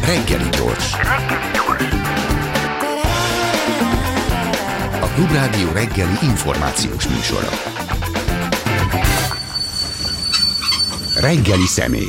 Reggeli gyors. A Klubrádió reggeli információs műsora. Reggeli személy.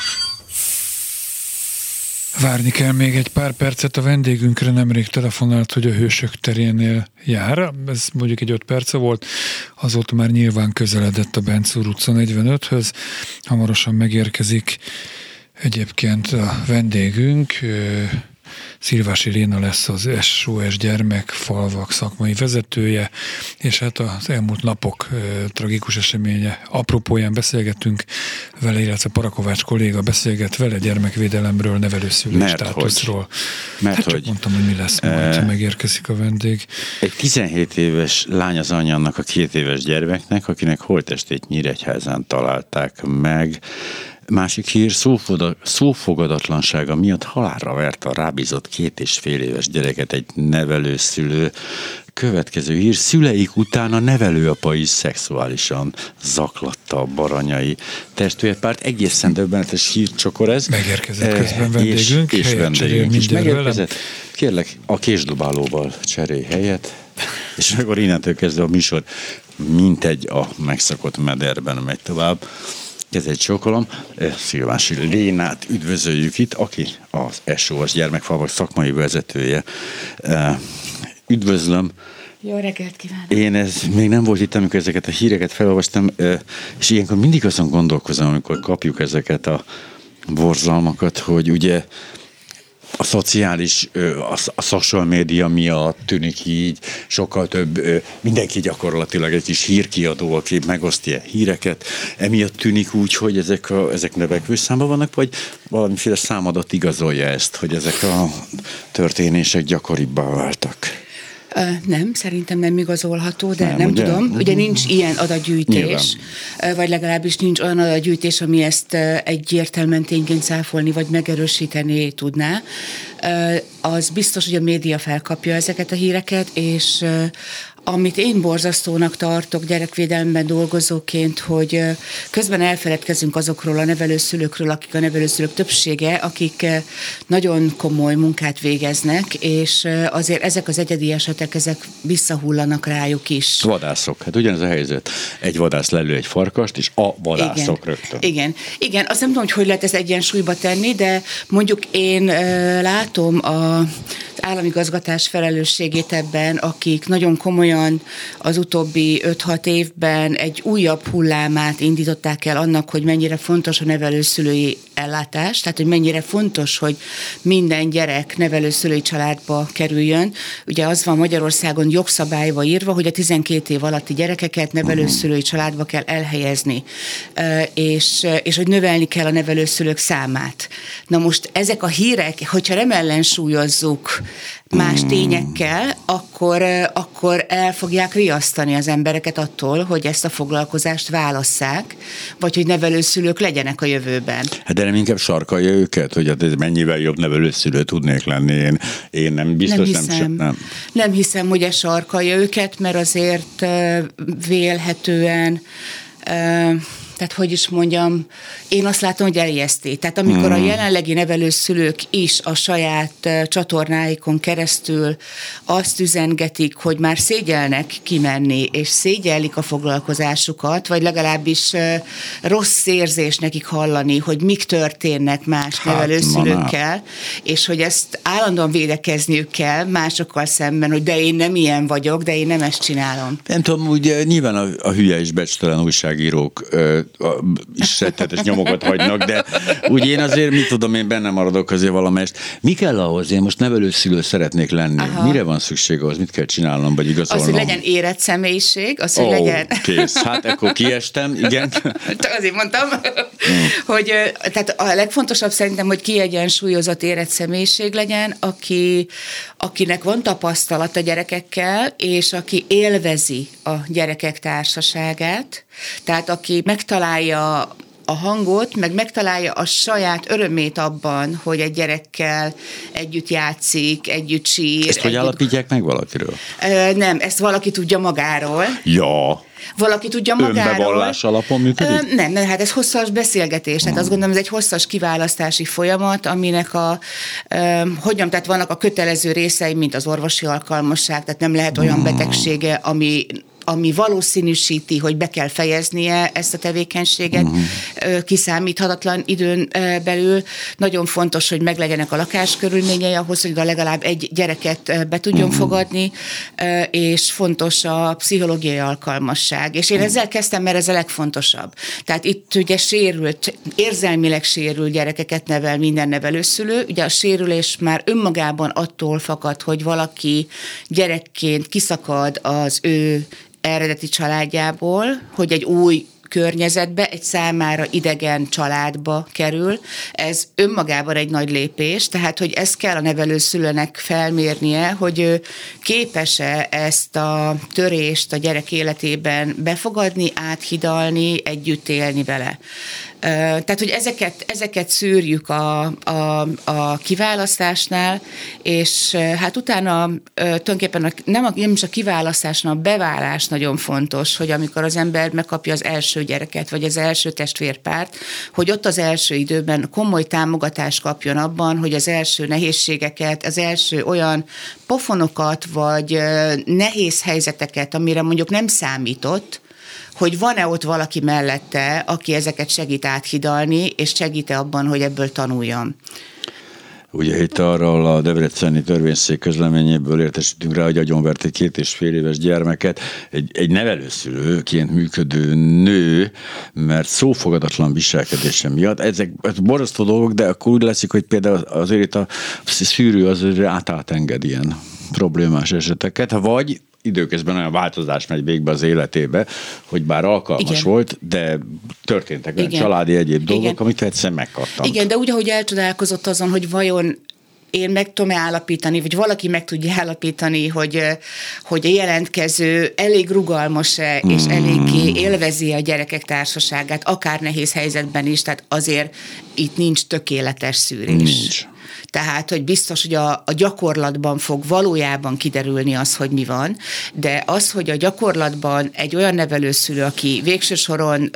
Várni kell még egy pár percet, a vendégünkre nemrég telefonált, hogy a Hősök terénél jár. Ez mondjuk egy 5 perce volt, azóta már nyilván közeledett a Benczúr utca 45-höz. Hamarosan megérkezik egyébként a vendégünk. Szilvási Léna lesz az SOS Gyermekfalvak szakmai vezetője, és hát az elmúlt napok tragikus eseménye apropóján beszélgettünk vele, illetve Parakovács kolléga beszélget vele gyermekvédelemről, nevelőszülői státuszról. Mert csak mondtam, hogy mi lesz majd, ha megérkezik a vendég. Egy 17 éves lány az anyja annak a 2 éves gyermeknek, akinek holttestét Nyíregyházán találták meg. Másik hír, szófogadatlansága miatt halálra verte a rábízott 2,5 éves gyereket egy nevelőszülő. Következő hír, szüleik után a nevelőapa is szexuálisan zaklatta a baranyai testvérpárt. Egészen döbbenetes hírcsokor ez. Megérkezett közben vendégünk. És vendégünk is megérkezett. Velem. Kérlek, a késdobálóval cserélj helyet, és akkor innentől kezdve a műsor mintegy a megszokott mederben megy tovább. Ez egy sokolom. Szilvási Lénát üdvözöljük itt, aki az SOS Gyermekfalvak szakmai vezetője. Üdvözlöm. Jó reggelt kívánok. Én még nem volt itt, amikor ezeket a híreket felolvastam, és ilyenkor mindig azon gondolkozom, amikor kapjuk ezeket a borzalmakat, hogy ugye a szociális, a social média miatt tűnik így, sokkal több, mindenki gyakorlatilag egy kis hírkiadó, aki megosztja híreket, emiatt tűnik úgy, hogy ezek növekvő számban vannak, vagy valamiféle számadat igazolja ezt, hogy ezek a történések gyakoribbá váltak? Nem, szerintem nem igazolható, de nem tudom. Ugye nincs ilyen adatgyűjtés, vagy legalábbis nincs olyan adatgyűjtés, ami ezt egyértelműen tényként cáfolni, vagy megerősíteni tudná. Az biztos, hogy a média felkapja ezeket a híreket, és amit én borzasztónak tartok gyerekvédelemben dolgozóként, hogy közben elfeledkezünk azokról a nevelőszülőkről, akik a nevelőszülők többsége, akik nagyon komoly munkát végeznek, és azért ezek az egyedi esetek, ezek visszahullanak rájuk is. Vadászok, hát ugyanez a helyzet. Egy vadász lelő egy farkast, és a vadászok rögtön. Igen, azt nem tudom, hogy lehet ezt egyensúlyba tenni, de mondjuk én látom az államigazgatás felelősségét ebben, akik nagyon komolyan az utóbbi 5-6 évben egy újabb hullámát indították el annak, hogy mennyire fontos a nevelőszülői ellátás, tehát hogy mennyire fontos, hogy minden gyerek nevelőszülői családba kerüljön. Ugye az van Magyarországon jogszabályba írva, hogy a 12 év alatti gyerekeket nevelőszülői családba kell elhelyezni, és hogy növelni kell a nevelőszülők számát. Na most ezek a hírek, hogyha nem ellensúlyozzuk más tényekkel, akkor el fogják riasztani az embereket attól, hogy ezt a foglalkozást válasszák, vagy hogy nevelőszülők legyenek a jövőben. Hát de nem inkább sarkalja őket, hogy hát mennyivel jobb nevelőszülő tudnék lenni. Én nem biztos, nem hiszem, hogy ez sarkalja őket, mert azért vélhetően tehát, hogy is mondjam, én azt látom, hogy elijeszti. Tehát amikor a jelenlegi nevelőszülők is a saját csatornáikon keresztül azt üzengetik, hogy már szégyelnek kimenni, és szégyellik a foglalkozásukat, vagy legalábbis rossz érzés nekik hallani, hogy mik történnek más nevelőszülőkkel, és hogy ezt állandóan védekezniük kell másokkal szemben, hogy de én nem ilyen vagyok, de én nem ezt csinálom. Nem tudom, ugye nyilván a hülye és becstelen újságírók is rettetes nyomokat hagynak, de úgy én azért, mit tudom, én benne maradok azért valamelyest. Mi kell ahhoz? Én most nevelőszülő szeretnék lenni. Aha. Mire van szükség ahhoz? Mit kell csinálnom, vagy igazolnom? Az, hogy legyen érett személyiség, az, hogy legyen... Kész. Hát akkor kiestem, igen. Csak azért mondtam, hogy tehát a legfontosabb szerintem, hogy kiegyensúlyozott érett személyiség legyen, akinek van tapasztalat a gyerekekkel, és aki élvezi a gyerekek társaságát, tehát aki megtalálja a hangot, meg megtalálja a saját örömét abban, hogy egy gyerekkel együtt játszik, együtt sír. Ezt hogy állapítják meg valakiről? Nem, ezt valaki tudja magáról. Ja. Valaki tudja magáról. Önbevallás alapon működik? Nem, hát ez hosszas beszélgetés. Hát azt gondolom, ez egy hosszas kiválasztási folyamat, aminek tehát vannak a kötelező részei, mint az orvosi alkalmasság, tehát nem lehet olyan betegsége, ami valószínűsíti, hogy be kell fejeznie ezt a tevékenységet kiszámíthatatlan időn belül. Nagyon fontos, hogy meglegyenek a lakáskörülményei ahhoz, hogy legalább egy gyereket be tudjon fogadni, és fontos a pszichológiai alkalmasság. És én ezzel kezdtem, mert ez a legfontosabb. Tehát itt ugye érzelmileg sérült gyerekeket nevel minden nevelőszülő. Ugye a sérülés már önmagában attól fakad, hogy valaki gyerekként kiszakad az ő eredeti családjából, hogy egy új környezetbe, egy számára idegen családba kerül. Ez önmagában egy nagy lépés, tehát hogy ezt kell a nevelőszülőnek felmérnie, hogy ő képes-e ezt a törést a gyerek életében befogadni, áthidalni, együtt élni vele. Tehát, hogy ezeket szűrjük a kiválasztásnál, és hát utána tulajdonképpen nem is a kiválasztásnál, a beválás nagyon fontos, hogy amikor az ember megkapja az első gyereket, vagy az első testvérpárt, hogy ott az első időben komoly támogatást kapjon abban, hogy az első nehézségeket, az első olyan pofonokat, vagy nehéz helyzeteket, amire mondjuk nem számított, hogy van-e ott valaki mellette, aki ezeket segít áthidalni, és segít-e abban, hogy ebből tanuljam. Ugye itt arról a debreceni törvényszék közleményéből értesítünk rá, hogy agyonvert egy 2,5 éves gyermeket egy nevelőszülőként működő nő, mert szófogadatlan viselkedése miatt. Ezek borzasztó dolgok, de akkor úgy leszik, hogy például azért itt a szűrő azért átenged ilyen problémás eseteket, vagy időközben olyan változás megy végbe az életébe, hogy bár alkalmas volt, de történtek olyan családi egyéb dolgok, amit egyszer megkaptam. Igen, de úgy, ahogy elcsodálkozott azon, hogy vajon én meg tudom állapítani, vagy valaki meg tudja állapítani, hogy a jelentkező elég rugalmas-e, és eléggé élvezi a gyerekek társaságát, akár nehéz helyzetben is, tehát azért itt nincs tökéletes szűrés. Nincs. Tehát, hogy biztos, hogy a gyakorlatban fog valójában kiderülni az, hogy mi van, de az, hogy a gyakorlatban egy olyan nevelőszülő, aki végső soron,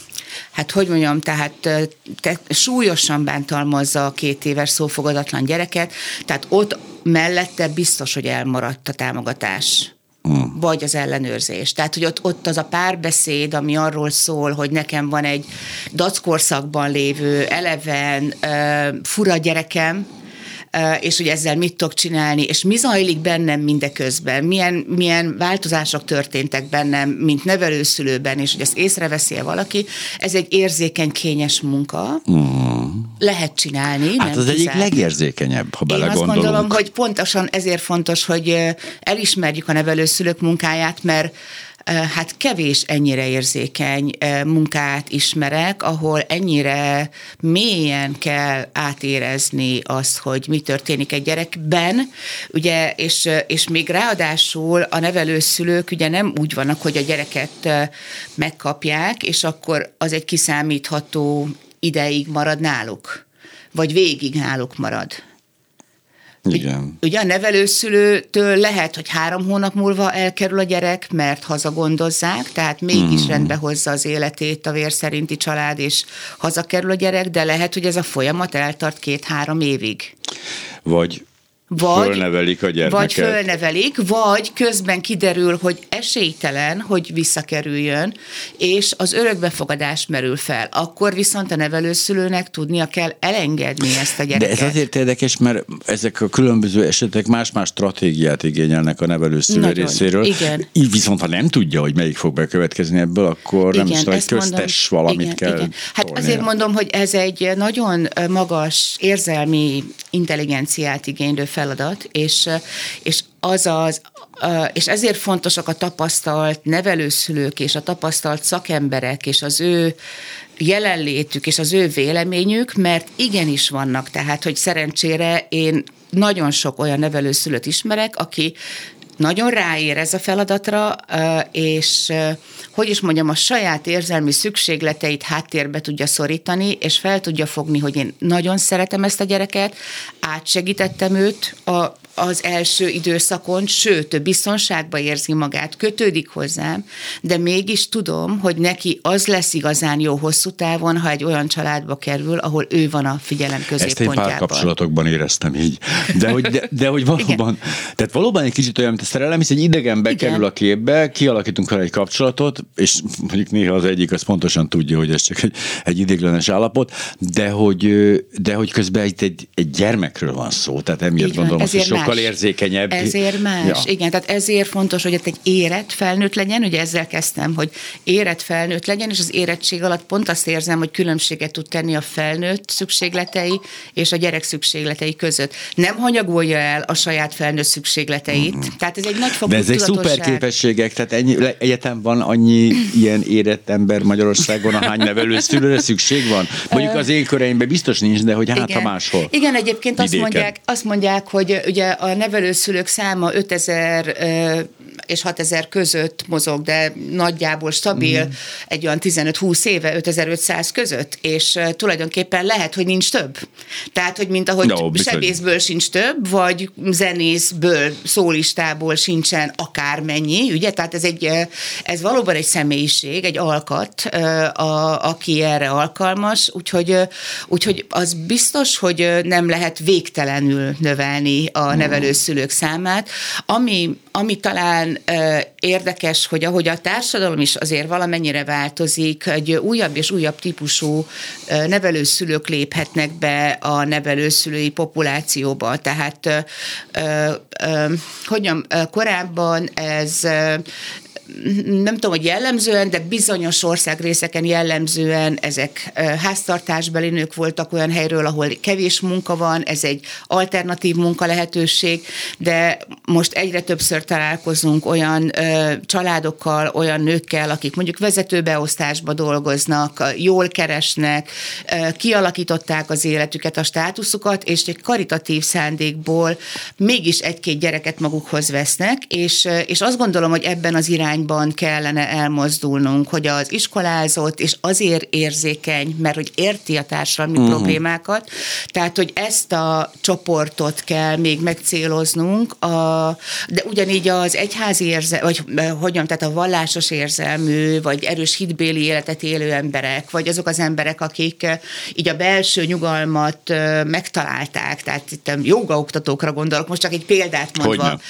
súlyosan bántalmazza a 2 éves szófogadatlan gyereket, tehát ott mellette biztos, hogy elmaradt a támogatás. Vagy az ellenőrzés. Tehát, hogy ott az a párbeszéd, ami arról szól, hogy nekem van egy dackorszakban lévő, eleven, fura gyerekem, és hogy ezzel mit tudok csinálni, és mi zajlik bennem mindeközben, milyen változások történtek bennem, mint nevelőszülőben, és hogy ezt észreveszi-e valaki, ez egy érzékeny, kényes munka. Lehet csinálni. Hát az egyik legérzékenyebb, ha belegondolunk. Én azt gondolom, hogy pontosan ezért fontos, hogy elismerjük a nevelőszülők munkáját, mert hát kevés ennyire érzékeny munkát ismerek, ahol ennyire mélyen kell átérezni azt, hogy mi történik egy gyerekben, ugye, és még ráadásul a nevelőszülők ugye nem úgy vannak, hogy a gyereket megkapják, és akkor az egy kiszámítható ideig marad náluk, vagy végig náluk marad. Igen. Ugye a nevelőszülőtől lehet, hogy 3 hónap múlva elkerül a gyerek, mert hazagondozzák, tehát mégis rendbe hozza az életét a vér szerinti család, és hazakerül a gyerek, de lehet, hogy ez a folyamat eltart 2-3 évig. Vagy fölnevelik a gyermeket. Vagy fölnevelik, vagy közben kiderül, hogy esélytelen, hogy visszakerüljön, és az örökbefogadás merül fel. Akkor viszont a nevelőszülőnek tudnia kell elengedni ezt a gyereket. De ez azért érdekes, mert ezek a különböző esetek más-más stratégiát igényelnek a nevelőszülő részéről. Igen. Így viszont, ha nem tudja, hogy melyik fog bekövetkezni ebből, akkor nem is nagy köztes valamit kell igen. Hát tolnia. azért mondom, hogy ez egy nagyon magas érzelmi intelligenciát igénylő feladat, és ezért fontosak a tapasztalt nevelőszülők és a tapasztalt szakemberek és az ő jelenlétük és az ő véleményük, mert igenis vannak, tehát, hogy szerencsére én nagyon sok olyan nevelőszülőt ismerek, aki nagyon ráérez a feladatra, és hogy is mondjam, a saját érzelmi szükségleteit háttérbe tudja szorítani, és fel tudja fogni, hogy én nagyon szeretem ezt a gyereket, átsegítettem őt az első időszakon, sőt, biztonságban érzi magát, kötődik hozzám, de mégis tudom, hogy neki az lesz igazán jó hosszú távon, ha egy olyan családba kerül, ahol ő van a figyelem középpontjában. Ezt én párkapcsolatokban éreztem így. De hogy valóban, tehát valóban egy kicsit olyan, mint a szerelem, hisz egy idegen bekerül a képbe, kialakítunk vele egy kapcsolatot, és mondjuk néha az egyik az pontosan tudja, hogy ez csak egy ideiglenes állapot, de hogy közben egy gyermekről van szó, tehát emiatt gondolom, hogy sokkal érzékenyebb. Ezért más. Ja. Igen, tehát ezért fontos, hogy egy érett felnőtt legyen, ugye ezzel kezdtem, hogy érett felnőtt legyen, és az érettség alatt pont azt érzem, hogy különbséget tud tenni a felnőtt szükségletei és a gyerek szükségletei között. Nem hanyagolja el a saját felnőtt szükségleteit. Tehát ez egy nagyfokú tudatosság. De ezek szuper képességek, tehát egyetem van annyi ilyen érett ember Magyarországon, ahány nevelőszülőre szükség van? Mondjuk az én köreimben biztos nincs, de hogy hát ha máshol. Igen, egyébként azt mondják, hogy ugye a nevelőszülők száma 5000 és 6000 között mozog, de nagyjából stabil, egy olyan 15-20 éve 5500 között, és tulajdonképpen lehet, hogy nincs több. Tehát, hogy mint ahogy sebészből sincs több, vagy zenészből, szólistából sincsen akármennyi, ugye? Tehát ez valóban egy személyiség, egy alkat, aki erre alkalmas, úgyhogy az biztos, hogy nem lehet végtelenül növelni a nevelőszülők számát. Ami talán érdekes, hogy ahogy a társadalom is azért valamennyire változik, egy újabb és újabb típusú nevelőszülők léphetnek be a nevelőszülői populációba. Tehát korábban ez nem tudom, hogy jellemzően, de bizonyos országrészeken jellemzően ezek háztartásbeli nők voltak olyan helyről, ahol kevés munka van, ez egy alternatív munka lehetőség, de most egyre többször találkozunk olyan családokkal, olyan nőkkel, akik mondjuk vezetőbeosztásba dolgoznak, jól keresnek, kialakították az életüket, a státuszukat, és egy karitatív szándékból mégis egy-két gyereket magukhoz vesznek, és azt gondolom, hogy ebben az irányban kellene elmozdulnunk, hogy az iskolázott és azért érzékeny, mert hogy érti a társadalmi problémákat, tehát, hogy ezt a csoportot kell még megcéloznunk, de ugyanígy az egyházi tehát a vallásos érzelmű, vagy erős hitbéli életet élő emberek, vagy azok az emberek, akik így a belső nyugalmat megtalálták, tehát itt jógaoktatókra gondolok, most csak egy példát mondva,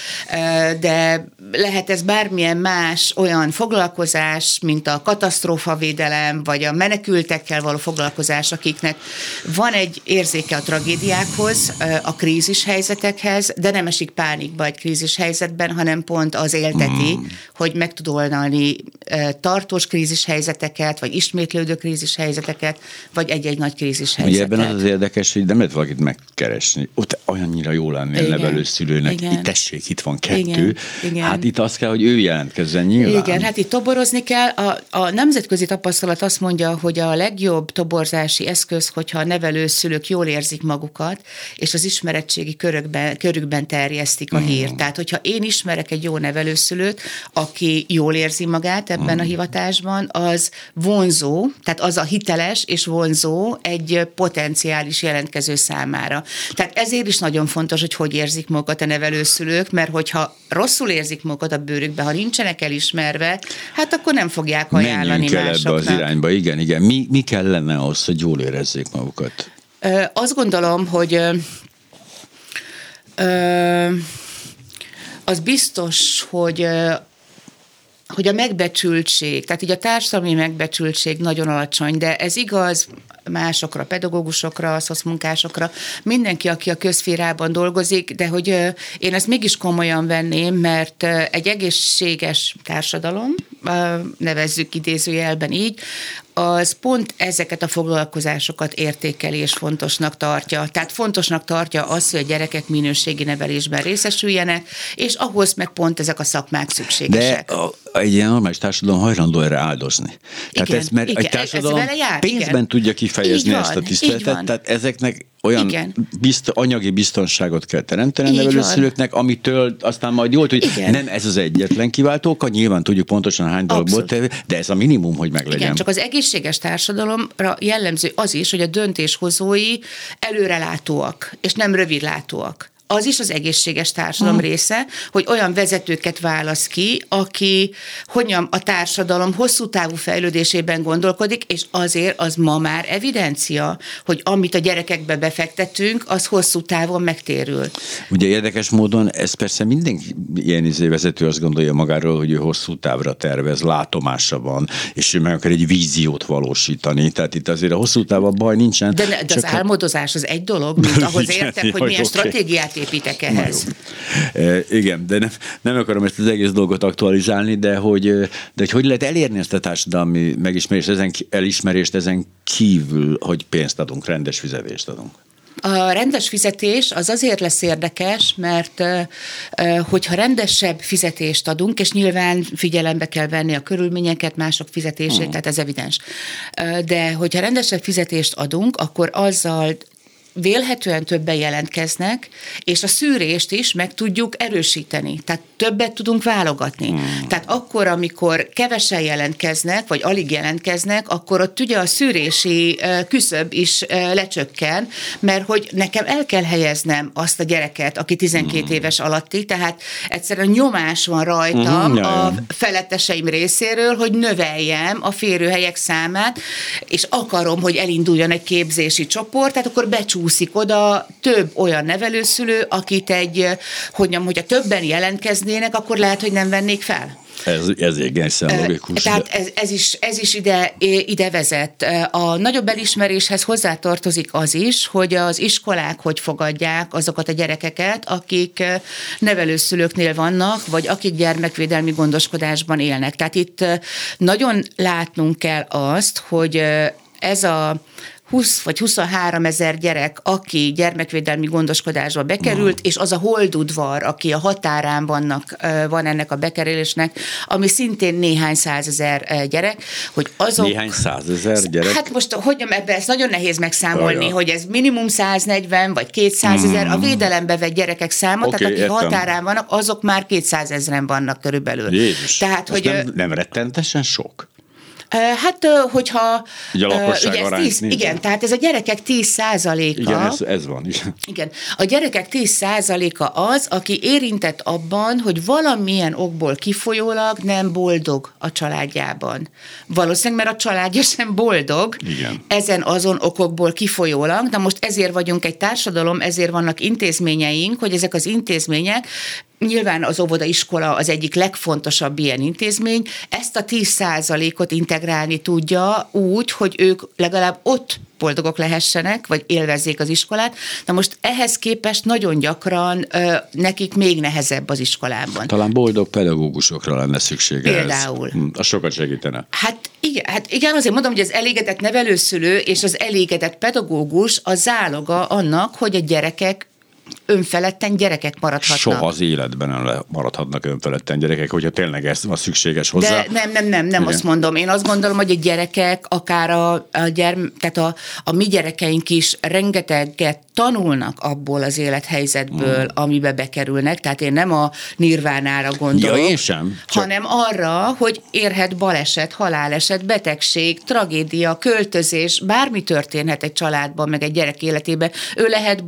de lehet ez bármilyen más olyan foglalkozás, mint a katasztrófavédelem, vagy a menekültekkel való foglalkozás, akiknek van egy érzéke a tragédiákhoz, a krízis helyzetekhez, de nem esik pánikba egy krízis helyzetben, hanem pont az élteti, hogy meg tud oldani tartós krízis helyzeteket, vagy ismétlődő krízis helyzeteket, vagy egy-egy nagy krízis helyzetet. Ugye ebben az érdekes, hogy nem lehet valakit megkeresni. Ott olyannyira jó lenni a nevelőszülőnek. Itt tessék, itt van 2. Igen. Hát itt az kell, hogy ő jelentkezzen nyilván. Igen, hát itt toborozni kell. A nemzetközi tapasztalat azt mondja, hogy a legjobb toborzási eszköz, hogyha a nevelőszülők jól érzik magukat, és az ismeretségi körükben terjesztik a hírt. Tehát, hogyha én ismerek egy jó nevelőszülőt, aki jól érzi magát ebben a hivatásban, az vonzó, tehát az a hiteles és vonzó egy potenciális jelentkező számára. Tehát ezért is nagyon fontos, hogy érzik magukat a nevelőszülők, mert hogyha rosszul érzik magukat a bőrükbe, ha nincsenek elismerve, hát akkor nem fogják ajánlani másoknak. Menjünk el ebbe az irányba, igen. Mi kellene ahhoz, hogy jól érezzék magukat? Azt gondolom, hogy az biztos, hogy a megbecsültség, tehát így a társadalmi megbecsültség nagyon alacsony, de ez igaz másokra, pedagógusokra, szocmunkásokra, mindenki, aki a közszférában dolgozik, de hogy én ezt mégis komolyan venném, mert egy egészséges társadalom, nevezzük idézőjelben így, az pont ezeket a foglalkozásokat értékeli és fontosnak tartja. Tehát fontosnak tartja azt, hogy a gyerekek minőségi nevelésben részesüljenek, és ahhoz meg pont ezek a szakmák szükségesek. De egy ilyen normális társadalom hajlandó erre áldozni. Tehát igen, mert egy társadalom pénzben tudja kifejezni ezt a tiszteletet, tehát ezeknek olyan anyagi biztonságot kell teremteni a nevelőszülőknek, amitől aztán majd jól tudjuk, nem ez az egyetlen kiváltó oka, nyilván tudjuk pontosan hány dologból tevé, de ez a minimum, hogy meglegyen. Igen, csak az egészséges társadalomra jellemző az is, hogy a döntéshozói előrelátóak, és nem rövidlátóak. Az is az egészséges társadalom része, hogy olyan vezetőket válasz ki, aki a társadalom hosszú távú fejlődésében gondolkodik, és azért az ma már evidencia, hogy amit a gyerekekbe befektetünk, az hosszú távon megtérül. Ugye érdekes módon, ez persze mindenki ilyen vezető azt gondolja magáról, hogy ő hosszú távra tervez, látomása van, és ő meg akar egy víziót valósítani. Tehát itt azért a hosszú távban baj nincsen. De az álmodozás az egy dolog, mint ahhoz értek, hogy milyen stratégiát építek ehhez. Igen, de nem akarom ezt az egész dolgot aktualizálni, de hogy lehet elérni ezt a társadalmi elismerést ezen kívül, hogy pénzt adunk, rendes fizetést adunk. A rendes fizetés az azért lesz érdekes, mert hogyha rendesebb fizetést adunk, és nyilván figyelembe kell venni a körülményeket, mások fizetését, tehát ez evidens. De hogyha rendesebb fizetést adunk, akkor azzal vélhetően többen jelentkeznek, és a szűrést is meg tudjuk erősíteni. Tehát többet tudunk válogatni. Tehát akkor, amikor kevesen jelentkeznek, vagy alig jelentkeznek, akkor ott ugye a szűrési küszöb is lecsökken, mert hogy nekem el kell helyeznem azt a gyereket, aki 12 éves alatti, tehát egyszerűen nyomás van rajtam a feletteseim részéről, hogy növeljem a férőhelyek számát, és akarom, hogy elinduljon egy képzési csoport, tehát akkor becsúszik oda több olyan nevelőszülő, akit hogyha többen jelentkeznének, akkor lehet, hogy nem vennék fel. Ez egészen logikus. Tehát ez is ide vezet. A nagyobb elismeréshez hozzátartozik az is, hogy az iskolák hogy fogadják azokat a gyerekeket, akik nevelőszülőknél vannak, vagy akik gyermekvédelmi gondoskodásban élnek. Tehát itt nagyon látnunk kell azt, hogy ez a 20 vagy 23 ezer gyerek, aki gyermekvédelmi gondoskodásba bekerült, és az a holdudvar, aki a határán van ennek a bekerülésnek, ami szintén néhány százezer gyerek, hogy azok... Néhány százezer gyerek? Hát most, ebben ezt nagyon nehéz megszámolni, hogy ez minimum 140 vagy 200 ezer, a védelembe vett gyerekek száma, tehát akik határán vannak, azok már 200 ezeren vannak körülbelül. Jézus, tehát, hogy nem rettentesen sok? Hát, hogyha... Ugye a lakosság arány igen, tehát ez a gyerekek 10%-a... Igen, ez van is. Igen, a gyerekek 10%-a az, aki érintett abban, hogy valamilyen okból kifolyólag nem boldog a családjában. Valószínűleg, mert a családja sem boldog, igen. Ezen azon okokból kifolyólag, de most ezért vagyunk egy társadalom, ezért vannak intézményeink, hogy ezek az intézmények, nyilván az óvodaiskola az egyik legfontosabb ilyen intézmény, ezt a 10%-ot integrálni tudja úgy, hogy ők legalább ott boldogok lehessenek, vagy élvezzék az iskolát. Na most ehhez képest nagyon gyakran nekik még nehezebb az iskolában. Talán boldog pedagógusokra lenne szüksége. Például. Az sokat segítene. Hát igen, azért mondom, hogy az elégedett nevelőszülő és az elégedett pedagógus a záloga annak, hogy a gyerekek önfeledten gyerekek maradhatnak. Soha az életben nem maradhatnak önfeledten gyerekek, hogyha tényleg ez van szükséges hozzá. De nem azt mondom. Én azt gondolom, hogy a gyerekek, akár tehát a mi gyerekeink is rengeteget tanulnak abból az élethelyzetből, amibe bekerülnek. Tehát én nem a nirvánára gondolok. Ja, én sem. Hanem arra, hogy érhet baleset, haláleset, betegség, tragédia, költözés, bármi történhet egy családban, meg egy gyerek életében. Ő lehet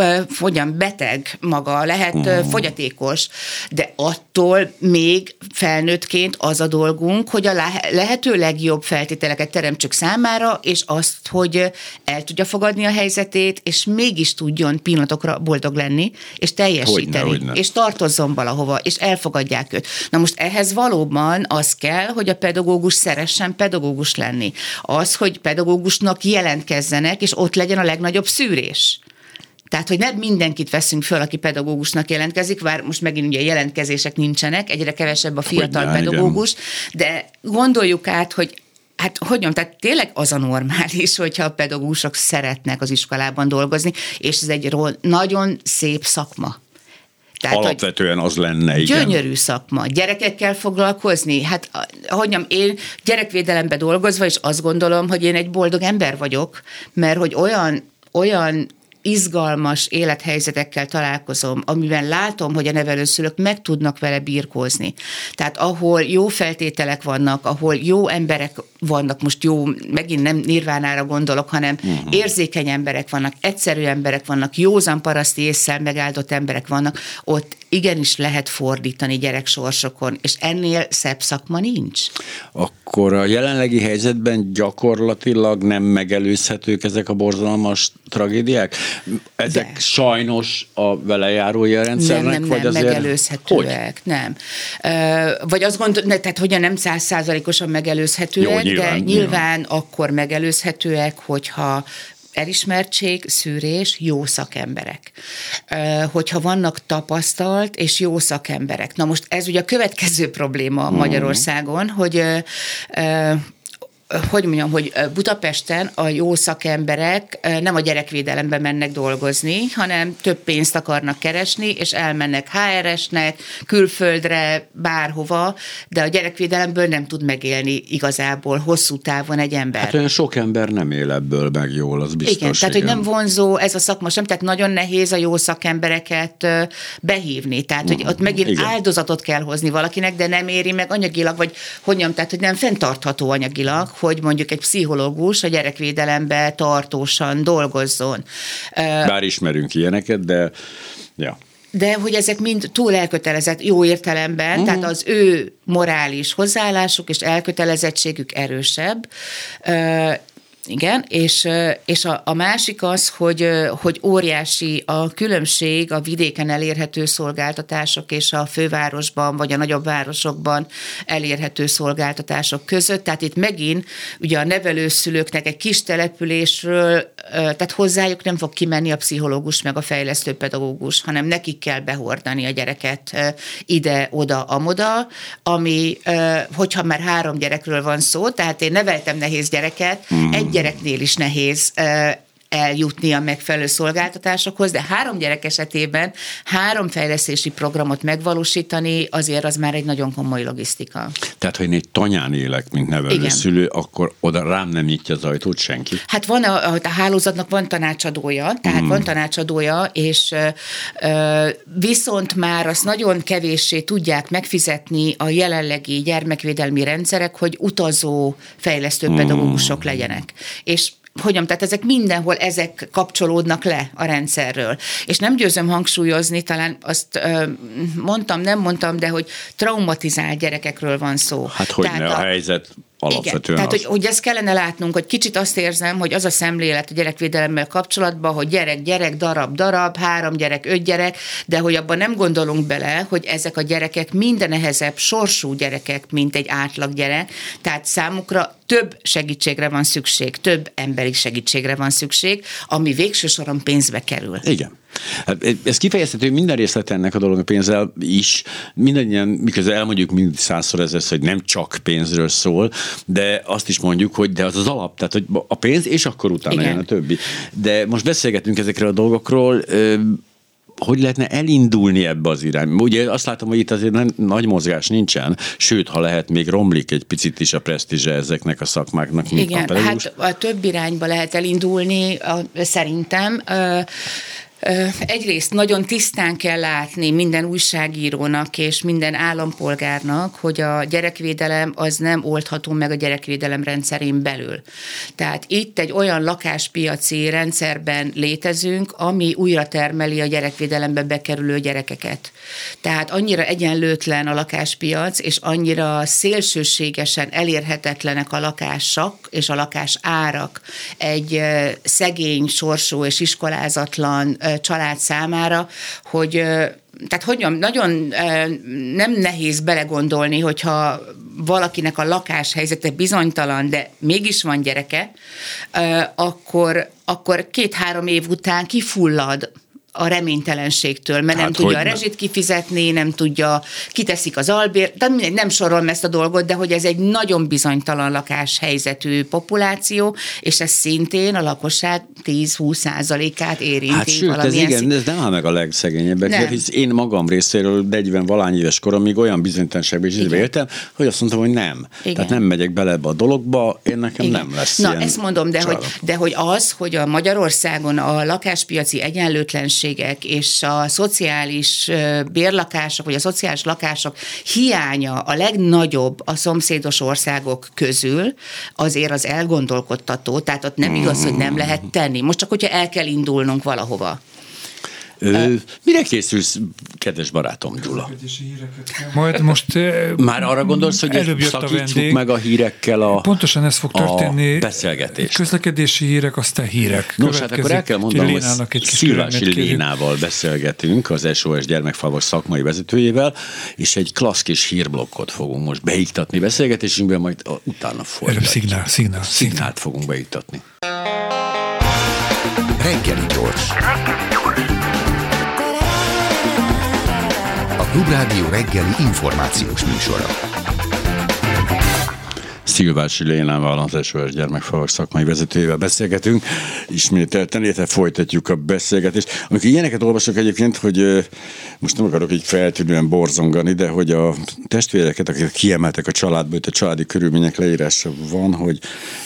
beteg maga, lehet fogyatékos, de attól még felnőttként az a dolgunk, hogy a lehető legjobb feltételeket teremtsük számára, és azt, hogy el tudja fogadni a helyzetét, és mégis tudjon pillanatokra boldog lenni, és teljesíteni, hogyne. És tartozzon valahova, és elfogadják őt. Na most ehhez valóban az kell, hogy a pedagógus szeressen pedagógus lenni. Az, hogy pedagógusnak jelentkezzenek, és ott legyen a legnagyobb szűrés. Tehát, hogy nem mindenkit veszünk föl, aki pedagógusnak jelentkezik, bár most megint ugye jelentkezések nincsenek, egyre kevesebb a fiatal pedagógus, igen. De gondoljuk át, hogy tehát tényleg az a normális, hogyha a pedagógusok szeretnek az iskolában dolgozni, és ez egy nagyon szép szakma. Tehát, alapvetően az lenne, igen. Gyönyörű szakma. Gyerekekkel foglalkozni? Hát, én gyerekvédelemben dolgozva, és azt gondolom, hogy én egy boldog ember vagyok, mert hogy olyan izgalmas élethelyzetekkel találkozom, amiben látom, hogy a nevelőszülők meg tudnak vele birkózni. Tehát ahol jó feltételek vannak, ahol jó emberek vannak, most jó, megint nem nirvánára gondolok, hanem érzékeny emberek vannak, egyszerű emberek vannak, józan paraszti ésszel megáldott emberek vannak, ott igenis lehet fordítani gyereksorsokon, és ennél szebb szakma nincs. Akkor a jelenlegi helyzetben gyakorlatilag nem megelőzhetők ezek a borzalmas tragédiák? Ezek de. Sajnos a velejárója a rendszernek? Nem, vagy azért... megelőzhetőek, nem. Vagy azt gondolom, tehát hogyan nem 100%-osan megelőzhetőek, jó, de nyilván akkor megelőzhetőek, hogyha elismertség, szűrés, jó szakemberek. Hogyha vannak tapasztalt és jó szakemberek. Na most ez ugye a következő probléma Magyarországon, hogy mondjam, hogy Budapesten a jó szakemberek nem a gyerekvédelemben mennek dolgozni, hanem több pénzt akarnak keresni, és elmennek HR-esnek, külföldre, bárhova, de a gyerekvédelemből nem tud megélni igazából hosszú távon egy ember. Hát olyan sok ember nem él ebből meg jól, az biztos. Igen, tehát hogy nem vonzó ez a szakma sem, tehát nagyon nehéz a jó szakembereket behívni, tehát hogy ott megint áldozatot kell hozni valakinek, de nem éri meg anyagilag, vagy hogy mondjam, tehát hogy nem fenntartható anyagilag, hogy mondjuk egy pszichológus a gyerekvédelemben tartósan dolgozzon. Bár ismerünk ilyeneket, de ja. De hogy ezek mind túl elkötelezett, jó értelemben, tehát az ő morális hozzáállásuk és elkötelezettségük erősebb. Igen, és a másik az, hogy óriási a különbség a vidéken elérhető szolgáltatások és a fővárosban vagy a nagyobb városokban elérhető szolgáltatások között. Tehát itt megint ugye a nevelőszülőknek egy kis településről, tehát hozzájuk nem fog kimenni a pszichológus meg a fejlesztőpedagógus, hanem nekik kell behordani a gyereket ide, oda, amoda, ami, hogyha már 3 gyerekről van szó, tehát én neveltem nehéz gyereket, egy gyereknél is nehéz eljutni a megfelelő szolgáltatásokhoz, de 3 gyerek esetében 3 fejlesztési programot megvalósítani, azért az már egy nagyon komoly logisztika. Tehát, ha én egy tanyán élek, mint nevelőszülő, akkor oda rám nem nyitja az ajtót senki? Hát van a hálózatnak van tanácsadója, tehát van tanácsadója, és viszont már azt nagyon kevéssé tudják megfizetni a jelenlegi gyermekvédelmi rendszerek, hogy utazó fejlesztőpedagógusok legyenek. És tehát ezek mindenhol ezek kapcsolódnak le a rendszerről. És nem győzöm hangsúlyozni, talán azt nem mondtam, de hogy traumatizált gyerekekről van szó. Hát hogyne a helyzet alapvetően. Igen, tehát hogy ezt kellene látnunk, hogy kicsit azt érzem, hogy az a szemlélet a gyerekvédelemmel kapcsolatban, hogy gyerek, darab, 3 gyerek, 5 gyerek, de hogy abban nem gondolunk bele, hogy ezek a gyerekek minden nehezebb sorsú gyerekek, mint egy átlag gyerek, tehát számukra több segítségre van szükség, több emberi segítségre van szükség, ami végső soron pénzbe kerül. Igen. Hát ez kifejezhető minden részlet ennek a dolog a pénzzel is. Mindannyian, miközben elmondjuk mind 100-szor ez, hogy nem csak pénzről szól, de azt is mondjuk, hogy de az az alap, tehát hogy a pénz, és akkor utána jön a többi. De most beszélgetünk ezekről a dolgokról, hogy lehetne elindulni ebbe az irányba? Ugye azt látom, hogy itt azért nagy mozgás nincsen, sőt, ha lehet, még romlik egy picit is a presztízse ezeknek a szakmáknak, mint igen, a pedagógus. Hát a több irányba lehet elindulni, szerintem. Egyrészt nagyon tisztán kell látni minden újságírónak és minden állampolgárnak, hogy a gyerekvédelem az nem oldható meg a gyerekvédelem rendszerén belül. Tehát itt egy olyan lakáspiaci rendszerben létezünk, ami újra termeli a gyerekvédelembe bekerülő gyerekeket. Tehát annyira egyenlőtlen a lakáspiac, és annyira szélsőségesen elérhetetlenek a lakások és a lakás árak egy szegény, sorsú és iskolázatlan család számára, hogy tehát nagyon nem nehéz belegondolni, hogyha valakinek a lakáshelyzete bizonytalan, de mégis van gyereke, akkor 2-3 év után kifullad a reménytelenségtől, mert nem Hát, tudja a hogy rezsit kifizetni, nem tudja, kiteszik az albér, de mindegy, nem sorolom ezt a dolgot, de hogy ez egy nagyon bizonytalan lakáshelyzetű populáció, és ez szintén a lakosság 10-20%-át érinti. Hát sőt, ez igen, ez nem áll meg a legszegényebbek, hisz én magam részéről 40-valány éves koromig olyan bizonytalanságban is éltem, hogy azt mondtam, hogy nem. Igen. Tehát nem megyek bele ebbe a dologba, én nekem igen. Nem lesz ilyen ezt mondom, de hogy hogy a Magyarországon a lakáspiaci egyenlőtlenségek és a szociális bérlakások, vagy a szociális lakások hiánya a legnagyobb a szomszédos országok közül, azért az elgondolkodtató, tehát ott nem igaz, hogy nem lehet tenni. Most csak, hogyha el kell indulnunk valahova. Mire készülsz, kedves barátom Gyula? Majd most már arra gondolsz, hogy szakítsuk meg a hírekkel pontosan ez fog történni. A beszélgetést. Közlekedési hírek, aztán hírek. Nos, hát akkor el kell mondanom, hogy Szilvási Lénával beszélgetünk, az SOS Gyermekfalvak szakmai vezetőjével, és egy klassz kis hírblokkot fogunk most beiktatni beszélgetésünkben, majd utána folytatjuk. Szignált fogunk beiktatni. Reggeli gyors. A Klubrádió reggeli információs műsora. Szilvási Lénával, az SOS Gyermekfalvak szakmai vezetőjével beszélgetünk. Ismételten, illetve folytatjuk a beszélgetést. Amikor ilyeneket olvasok egyébként, hogy most nem akarok így feltűnően borzongani, de hogy a testvéreket, akik kiemeltek a családból, itt a családi körülmények leírása van, hogy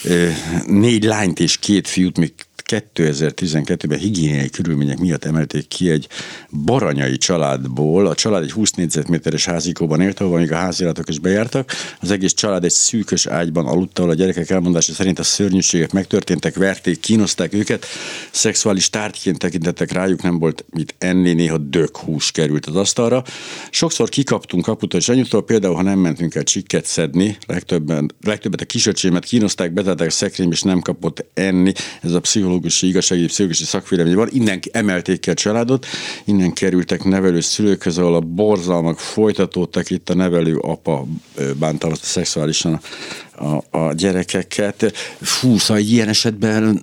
4 lányt és 2 fiút még 2012-ben higiéniai körülmények miatt emelték ki egy baranyai családból. A család egy 20 négyzetméteres házikóban élt, ahol még a háziállatok is bejártak. Az egész család egy szűkös ágyban aludt, ahol a gyerekek elmondása szerint a szörnyűségek megtörténtek, verték, kínozták őket, szexuális tárgyként tekintettek rájuk, nem volt mit enni, néha dökhús került az asztalra. Sokszor kikaptunk aputól és anyutól, például ha nem mentünk el csikket szedni, legtöbbet a kisöcsémet kínozták, bezárták a szekrénybe és nem kapott enni. Ez a igazságügyi pszichológusi szakvélemény van, innen emelték ki a családot, innen kerültek nevelő szülőkhöz, ahol a borzalmak folytatódtak, itt a nevelő apa bántalmazta szexuálisan a gyerekeket. Szóval ilyen esetben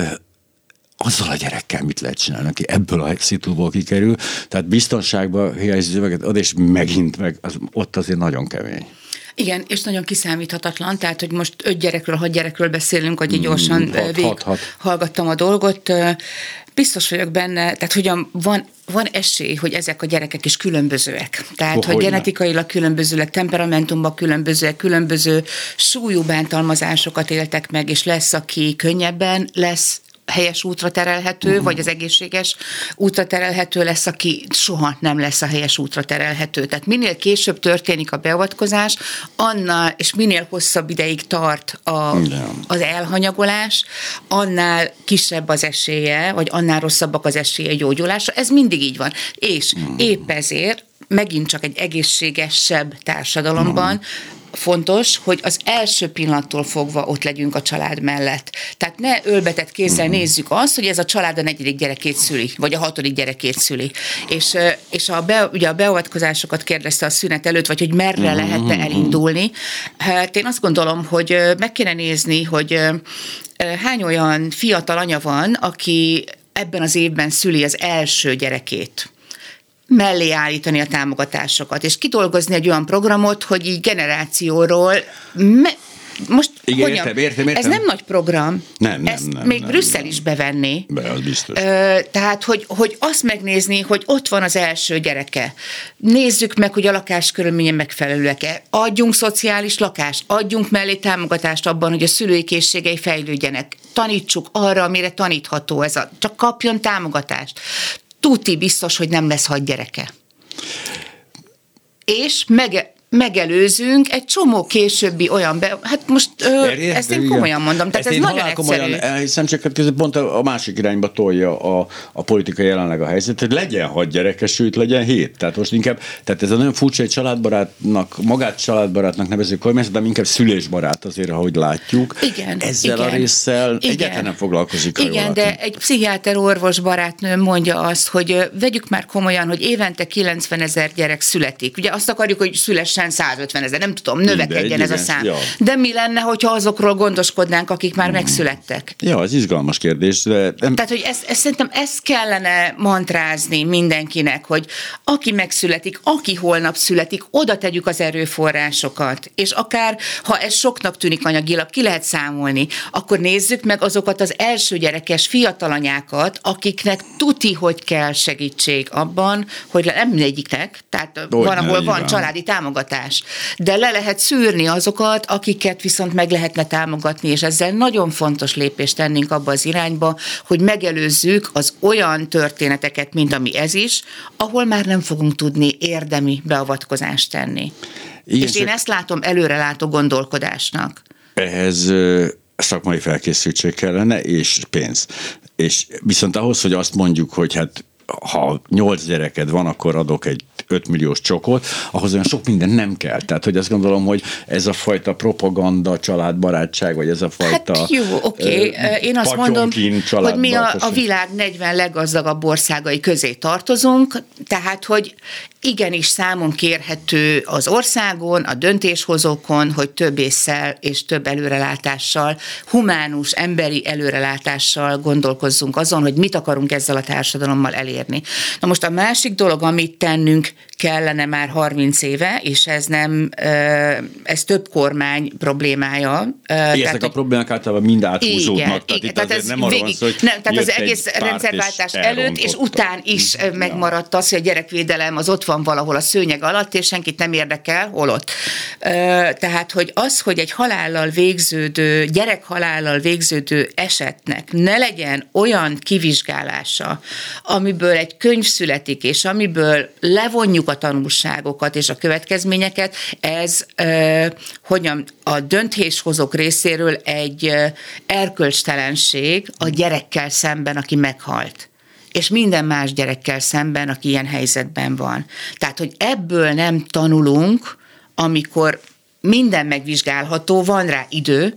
azzal a gyerekkel mit lehet csinálni, aki ebből a szitúból kikerül, tehát biztonságban helyező üveget ad, és megint ott azért nagyon kemény. Igen, és nagyon kiszámíthatatlan, tehát, hogy most 5 gyerekről, 6 gyerekről beszélünk, hogy így gyorsan hallgattam a dolgot. Biztos vagyok benne, tehát hogy van esély, hogy ezek a gyerekek is különbözőek. Tehát, hogy genetikailag különbözőek, temperamentumban különbözőek, különböző súlyú bántalmazásokat éltek meg, és lesz, aki könnyebben lesz helyes útra terelhető, vagy az egészséges útra terelhető, lesz, aki soha nem lesz a helyes útra terelhető. Tehát minél később történik a beavatkozás, annál, és minél hosszabb ideig tart az elhanyagolás, annál kisebb az esélye, vagy annál rosszabbak az esélye gyógyulásra. Ez mindig így van. És épp ezért megint csak egy egészségesebb társadalomban fontos, hogy az első pillanattól fogva ott legyünk a család mellett. Tehát ne ölbetett kézzel nézzük azt, hogy ez a család a 4. gyerekét szüli, vagy a 6. gyerekét szüli. És ugye a beavatkozásokat kérdezte a szünet előtt, vagy hogy merre lehetne elindulni. Hát én azt gondolom, hogy meg kéne nézni, hogy hány olyan fiatal anya van, aki ebben az évben szüli az első gyerekét. Mellé állítani a támogatásokat, és kidolgozni egy olyan programot, hogy így generációról most igen, értem. Ez nem nagy program. Nem, még Brüsszel is bevenné. Az biztos. Tehát, hogy azt megnézni, hogy ott van az első gyereke. Nézzük meg, hogy a lakáskörülmények megfelelőek-e. Adjunk szociális lakást, adjunk mellé támogatást abban, hogy a szülői készségei fejlődjenek. Tanítsuk arra, amire tanítható ez csak kapjon támogatást. Tuti biztos, hogy nem lesz 6 gyereke. És megelőzünk egy csomó későbbi olyan hát most ezt én komolyan mondom, tehát ez nagyon egyszerű. Hiszen csak pont a másik irányba tolja a politika jelenleg a helyzet, hogy legyen 6 gyereke, sőt legyen 7. Tehát most inkább, tehát ez a nagyon furcsa, egy magát családbarátnak nevező kormányzat, de inkább szülésbarát azért, ahogy látjuk. Igen, ezzel a résszel egyáltalán nem foglalkozik. Igen, de egy pszichiáter orvos barátnőm mondja azt, hogy vegyük már komolyan, hogy évente 90 000 gyerek születik. Ugye azt akarjuk, hogy szülessen összesen 150 000, nem tudom, növekedjen ez a szám. Ja. De mi lenne, hogyha azokról gondoskodnánk, akik már megszülettek? Ja, ez izgalmas kérdés. De Tehát, hogy szerintem ezt kellene mantrázni mindenkinek, hogy aki megszületik, aki holnap születik, oda tegyük az erőforrásokat. És akár, ha ez soknak tűnik anyagilag, ki lehet számolni, akkor nézzük meg azokat az első gyerekes fiatalanyákat, akiknek tuti, hogy kell segítség abban, hogy nem mindegyiknek, tehát van, ahol van családi támogatás, de le lehet szűrni azokat, akiket viszont meg lehetne támogatni, és ezzel nagyon fontos lépést tennénk abba az irányba, hogy megelőzzük az olyan történeteket, mint ami ez is, ahol már nem fogunk tudni érdemi beavatkozást tenni. Igen, és én ezt látom előrelátó gondolkodásnak. Ehhez szakmai felkészültség kellene, és pénz. És viszont ahhoz, hogy azt mondjuk, hogy hát ha 8 gyereked van, akkor adok egy 5 milliós csokot, ahhoz olyan sok minden nem kell. Tehát, hogy azt gondolom, hogy ez a fajta propaganda, családbarátság, vagy ez a fajta... Hát jó, oké. Én azt mondom, hogy mi a világ 40 leggazdagabb országai közé tartozunk, tehát, hogy igenis számon kérhető az országon, a döntéshozókon, hogy több ésszel és több előrelátással, humánus, emberi előrelátással gondolkozzunk azon, hogy mit akarunk ezzel a társadalommal elérni. Na most a másik dolog, amit tennünk kellene már 30 éve, és ez nem, ez több kormány problémája. Ezek a problémák általában mind áthúzódnak. Tehát ez nem arról van szó, hogy tehát az egész rendszerváltás előtt és után is megmaradt az, hogy a gyerekvédelem az ott van valahol a szőnyeg alatt, és senkit nem érdekel, holott. Tehát, hogy az, hogy egy gyerekhalállal végződő esetnek ne legyen olyan kivizsgálása, amiből egy könyv születik, és amiből levonjuk a tanulságokat és a következményeket, ez a döntéshozók részéről egy erkölcstelenség a gyerekkel szemben, aki meghalt. És minden más gyerekkel szemben, aki ilyen helyzetben van. Tehát, hogy ebből nem tanulunk, amikor minden megvizsgálható, van rá idő,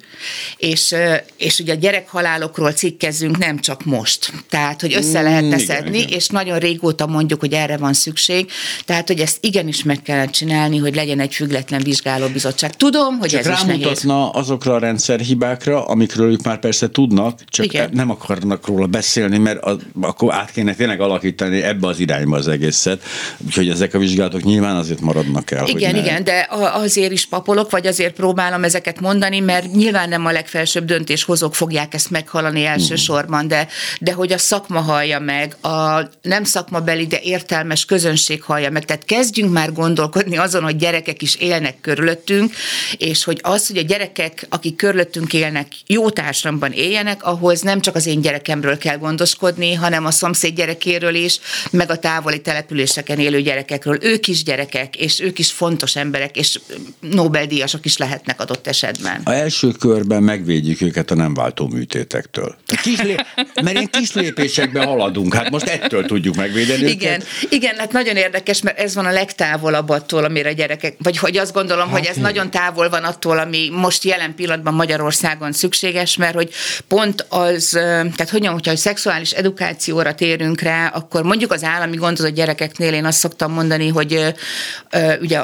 és ugye a gyerekhalálokról cikkezzünk nem csak most. Tehát, hogy össze lehetne szedni, igen. És nagyon régóta mondjuk, hogy erre van szükség. Tehát, hogy ezt igenis meg kellene csinálni, hogy legyen egy független vizsgálóbizottság. Tudom, hogy csak ez is nehéz. Rámutatna azokra a rendszerhibákra, amikről ők már persze tudnak, csak igen. Nem akarnak róla beszélni, mert akkor át kéne tényleg alakítani ebbe az irányba az egészet. Úgyhogy ezek a vizsgálatok nyilván azért maradnak el. Igen, de azért is vagy azért próbálom ezeket mondani, mert nyilván nem a legfelsőbb döntéshozók fogják ezt meghallani elsősorban, de hogy a szakma hallja meg, a nem szakmabeli, de értelmes közönség hallja meg. Tehát kezdjünk már gondolkodni azon, hogy gyerekek is élnek körülöttünk, és hogy az, hogy a gyerekek, akik körülöttünk élnek, jó társadalomban éljenek, ahhoz nem csak az én gyerekemről kell gondoskodni, hanem a szomszéd gyerekéről is, meg a távoli településeken élő gyerekekről. Ők is gyerekek, és ők is fontos emberek, és Nobel-díjasok is lehetnek adott esetben. A első körben megvédjük őket a nem váltó műtétektől. Mert ilyen kis lépésekben haladunk, hát most ettől tudjuk megvédeni őket. Igen, hát nagyon érdekes, mert ez van a legtávolabb attól, amire a gyerekek, vagy hogy azt gondolom, hogy ez nagyon távol van attól, ami most jelen pillanatban Magyarországon szükséges, mert hogy pont az, tehát hogyha a szexuális edukációra térünk rá, akkor mondjuk az állami gondozott gyerekeknél én azt szoktam mondani, hogy ugye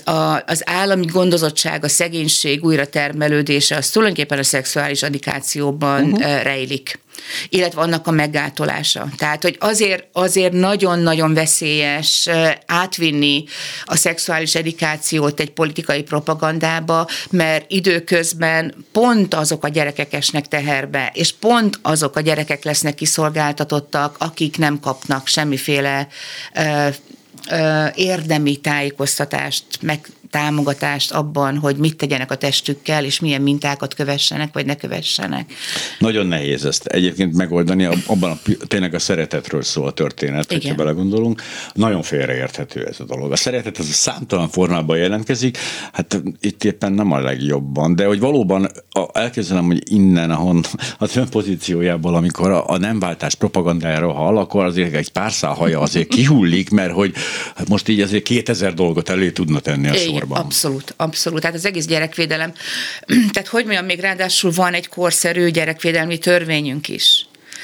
az állami gondozottság, a szegénység újratermelődése, az tulajdonképpen a szexuális edukációban rejlik, illetve annak a meggátolása. Tehát, hogy azért nagyon-nagyon veszélyes átvinni a szexuális edukációt egy politikai propagandába, mert időközben pont azok a gyerekek esnek teherbe, és pont azok a gyerekek lesznek kiszolgáltatottak, akik nem kapnak semmiféle érdemi tájékoztatást, meg támogatást abban, hogy mit tegyenek a testükkel, és milyen mintákat kövessenek, vagy ne kövessenek. Nagyon nehéz ezt egyébként megoldani, abban tényleg a szeretetről szól a történet, hogyha belegondolunk. Nagyon félreérthető ez a dolog. A szeretet az számtalan formában jelentkezik, hát itt éppen nem a legjobban, de hogy valóban elképzelem, hogy innen, ahon az ön pozíciójából, amikor a nemváltás propagandájáról hall, akkor azért egy pár szál haja azért kihullik, mert hogy most így azért 2000 dolgot elé tudna tenni a sorban. Abszolút. Tehát az egész gyerekvédelem, tehát hogy mondjam, még ráadásul van egy korszerű gyerekvédelmi törvényünk is.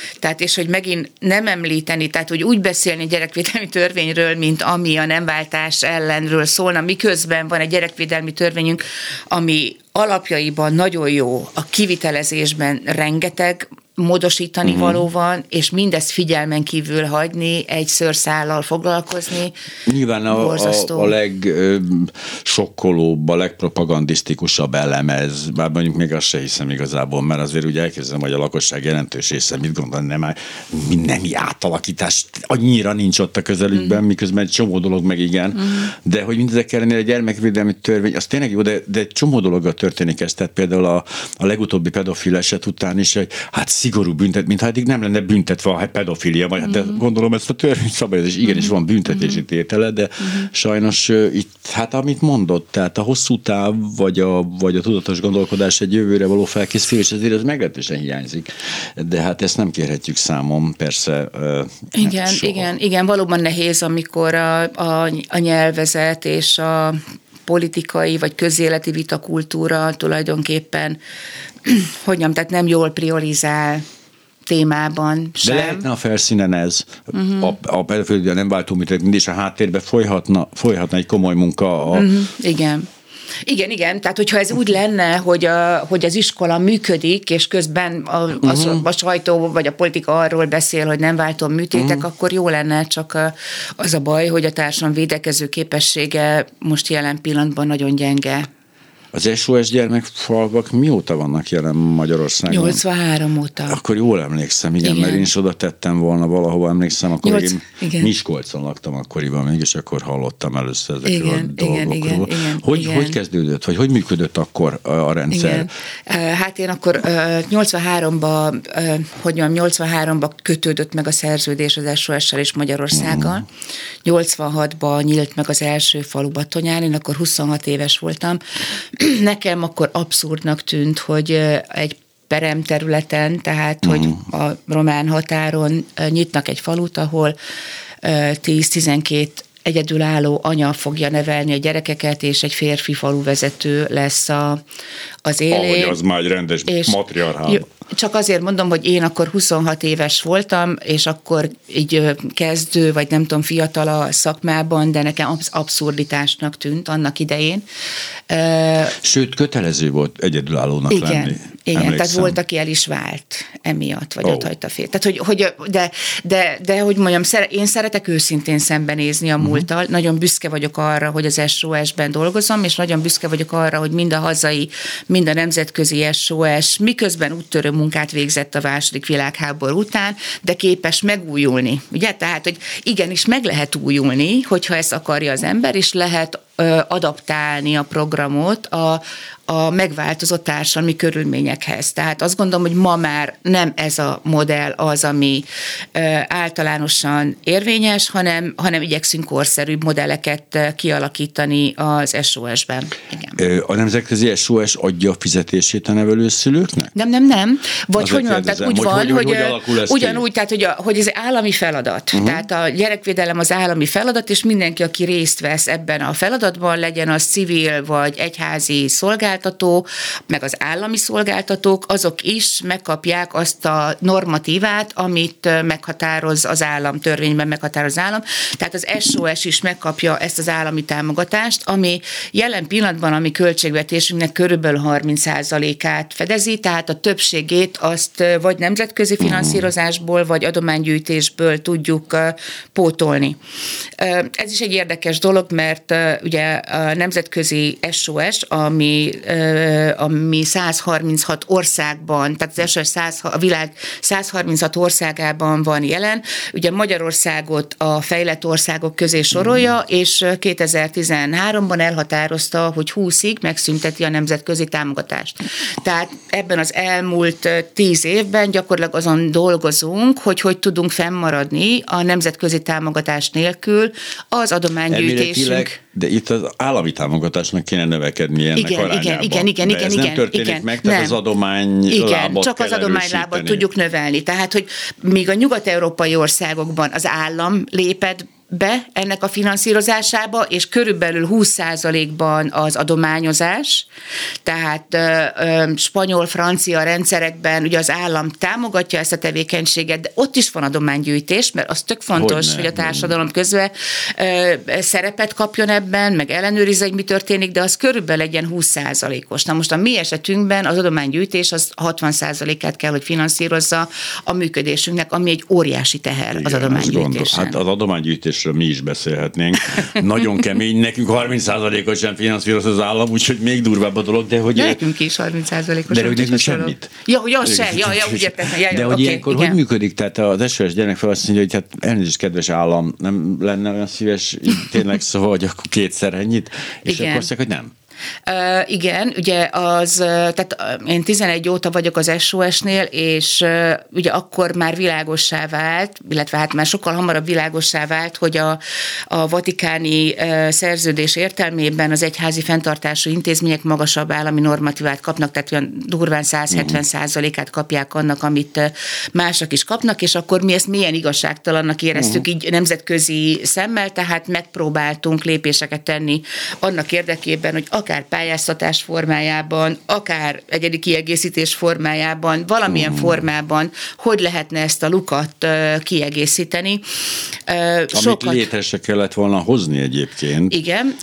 Tehát, és hogy megint nem említeni, tehát hogy úgy beszélni gyerekvédelmi törvényről, mint ami a nemváltás ellenről szólna, miközben van egy gyerekvédelmi törvényünk, ami alapjaiban nagyon jó, a kivitelezésben rengeteg módosítani való van, és mindezt figyelmen kívül hagyni, egy szőrszállal foglalkozni. Nyilván a legsokkolóbb, a legpropagandisztikusabb elem ez, bár mondjuk még azt se hiszem igazából, mert azért ugye elkezdem, hogy a lakosság jelentős része mit gondol, nemi átalakítás annyira nincs ott a közelükben, miközben egy csomó dolog meg igen, de hogy mindezek ellenére a gyermekvédelmi törvény, az tényleg jó, de egy csomó dologgal történik ez, tehát például a legutóbbi pedofil eset után is, hogy hát szigorú büntet, mintha eddig nem lenne büntetve a pedofilia, vagy de gondolom ezt a törvény szabályozás, igenis van büntetési tétele, de sajnos itt, hát amit mondott, tehát a hosszú táv, vagy a tudatos gondolkodás egy jövőre való felkészülés, ezért ez meglehetősen hiányzik. De hát ezt nem kérhetjük számon, persze. Igen, valóban nehéz, amikor a nyelvezet és a politikai vagy közéleti vitakultúra tulajdonképpen, tehát nem jól priorizál témában sem. De lehetne a felszínen ez, a pedofilia nem váltó műtétek, mindig a háttérbe folyhatna egy komoly munka. Igen, tehát hogyha ez úgy lenne, hogy az iskola működik, és közben a sajtó vagy a politika arról beszél, hogy nem váltom műtétek, akkor jó lenne, csak az a baj, hogy a társadalom védekező képessége most jelen pillanatban nagyon gyenge. Az SOS gyermekfalvak mióta vannak jelen Magyarországon? 83 óta. Akkor jól emlékszem, igen. Mert én is oda tettem volna valahova, emlékszem, akkor én Miskolcon laktam akkoriban még, és akkor hallottam először ezekről a dolgokról. Hogy kezdődött, vagy hogy működött akkor a rendszer? Igen. Hát én akkor 83-ban kötődött meg a szerződés az SOS-sel és Magyarországgal. 86-ban nyílt meg az első falu Batonyán, én akkor 26 éves voltam. Nekem akkor abszurdnak tűnt, hogy egy peremterületen, tehát hogy a román határon nyitnak egy falut, ahol 10-12 egyedülálló anya fogja nevelni a gyerekeket, és egy férfi faluvezető lesz az élén. Ahogy az már egy rendes matriarchál. Csak azért mondom, hogy én akkor 26 éves voltam, és akkor így kezdő, vagy nem tudom, fiatal a szakmában, de nekem abszurditásnak tűnt annak idején. Sőt, kötelező volt egyedülállónak lenni. Igen, tehát volt, aki el is vált emiatt, vagy ott hagyta fél. Tehát, de hogy mondjam, én szeretek őszintén szembenézni a múlttal, nagyon büszke vagyok arra, hogy az SOS-ben dolgozom, és nagyon büszke vagyok arra, hogy mind a hazai, mind a nemzetközi SOS miközben úttörő munkát végzett a II. Világháború után, de képes megújulni. Ugye? Tehát, hogy igenis meg lehet újulni, hogyha ezt akarja az ember, és lehet adaptálni a programot a megváltozott társadalmi körülményekhez. Tehát azt gondolom, hogy ma már nem ez a modell az, ami általánosan érvényes, hanem igyekszünk korszerűbb modelleket kialakítani az SOS-ben. Igen. A nemzetközi SOS adja a fizetését a nevelőszülőknek? Nem. Vagy hogy mondjam, tehát úgy van, hogy ugyanúgy, tehát hogy ez állami feladat. Tehát a gyerekvédelem az állami feladat, és mindenki, aki részt vesz ebben a feladatban, legyen az civil vagy egyházi szolgáltató, meg az állami szolgáltatók, azok is megkapják azt a normatívát, amit meghatároz az állam, törvényben meghatároz az állam. Tehát az SOS is megkapja ezt az állami támogatást, ami jelen pillanatban a mi költségvetésünknek körülbelül 30%-át fedezi, tehát a többségét azt vagy nemzetközi finanszírozásból, vagy adománygyűjtésből tudjuk pótolni. Ez is egy érdekes dolog, mert ugye a nemzetközi SOS, ami 136 országban, tehát az SOS a világ 136 országában van jelen. Ugye Magyarországot a fejlett országok közé sorolja, és 2013-ban elhatározta, hogy 20-ig megszünteti a nemzetközi támogatást. Tehát ebben az elmúlt 10 évben gyakorlatilag azon dolgozunk, hogy tudunk fennmaradni a nemzetközi támogatás nélkül az adománygyűjtésünk. De itt az állami támogatásnak kéne növekedni ennek arányában. Igen. Ez nem történik meg, tehát az adománylábat csak az adománylábat tudjuk növelni. Tehát, hogy míg a nyugat-európai országokban az állam lépett be ennek a finanszírozásába, és körülbelül 20%-ban az adományozás, tehát spanyol-francia rendszerekben ugye az állam támogatja ezt a tevékenységet, de ott is van adománygyűjtés, mert az tök fontos, hogy a társadalom közben szerepet kapjon ebben, meg ellenőrizze, hogy mi történik, de az körülbelül egy ilyen 20%-os. Na most a mi esetünkben az adománygyűjtés az 60%-át kell, hogy finanszírozza a működésünknek, ami egy óriási teher. Igen, az adománygyűjtésen. Hát az adománygyűjtésről mi is beszélhetnénk. Nagyon kemény, nekünk 30%-os sem finanszíroz az állam, úgyhogy még durvább a dolog, de hogy... Nekünk is 30%-os. De hogy nekünk semmit. Úgy értettem. De hogy ilyenkor hogy működik? Tehát az SOS gyermek fel azt mondja, hogy hát elnézést, kedves állam, nem lenne olyan szíves tényleg szó, hogy akkor kétszer ennyit? És akkor azt mondják, hogy nem. Igen, ugye tehát én 11 óta vagyok az SOS-nél, és ugye akkor már világossá vált, illetve hát már sokkal hamarabb világossá vált, hogy a vatikáni szerződés értelmében az egyházi fenntartású intézmények magasabb állami normatívát kapnak, tehát olyan durván 170%-át kapják annak, amit mások is kapnak, és akkor mi ezt milyen igazságtalannak éreztük így nemzetközi szemmel, tehát megpróbáltunk lépéseket tenni annak érdekében, hogy akár pályáztatás formájában, akár egyedi kiegészítés formájában, valamilyen formában, hogy lehetne ezt a lukat kiegészíteni. Amit létre se kellett volna hozni egyébként.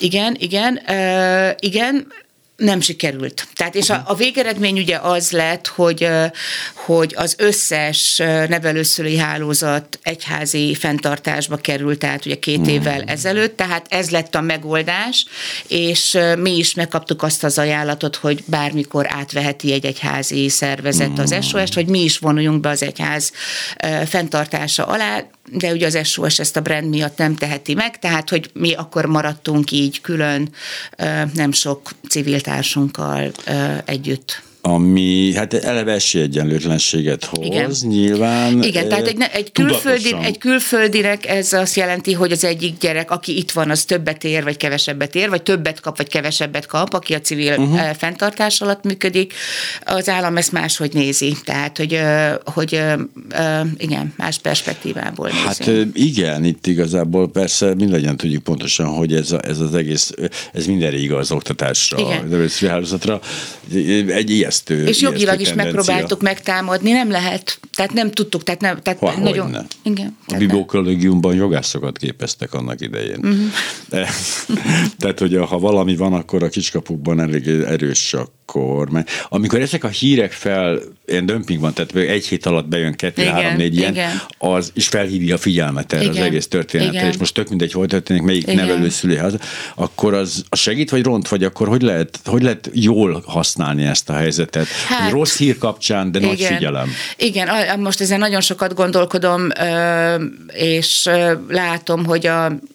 Igen, nem sikerült. Tehát és a végeredmény ugye az lett, hogy az összes nevelőszülői hálózat egyházi fenntartásba került, tehát ugye 2 évvel ezelőtt, tehát ez lett a megoldás, és mi is megkaptuk azt az ajánlatot, hogy bármikor átveheti egy egyházi szervezet az SOS-t, hogy mi is vonuljunk be az egyház fenntartása alá, de ugye az SOS ezt a brand miatt nem teheti meg, tehát hogy mi akkor maradtunk így külön, nem sok civil társunkkal együtt. Ami hát eleve esélyegyenlőtlenséget hoz, igen. Nyilván. Igen, tehát egy külföldinek ez azt jelenti, hogy az egyik gyerek, aki itt van, az többet ér, vagy kevesebbet ér, vagy többet kap, vagy kevesebbet kap, aki a civil fenntartás alatt működik. Az állam ezt máshogy nézi, tehát hogy igen, más perspektívából nézi. Hát igen, itt igazából persze mindannyian tudjuk pontosan, hogy ez az egész, ez mindenre igaz az oktatásra, az hálózatra. Egy ijesztő. És jogilag is megpróbáltuk megtámadni, nem lehet. Tehát nem tudtuk. Tehát nagyon... Igen, a Bibókollégiumban jogászokat képeztek annak idején. Tehát, hogy ha valami van, akkor a kiskapukban elég erős akkor. Mert amikor ezek a hírek ilyen dömping van, tehát egy hét alatt bejön 2-3-4 ilyen, az is felhívja a figyelmet erre az egész történetre, és most tök mindegy, hol történik, melyik nevelőszülőház, akkor az segít, vagy ront, vagy akkor hogy lehet jól használni ezt a helyzetet? Hát, rossz hír kapcsán, de nagy figyelem. Igen, most ezen nagyon sokat gondolkodom, és látom, hogy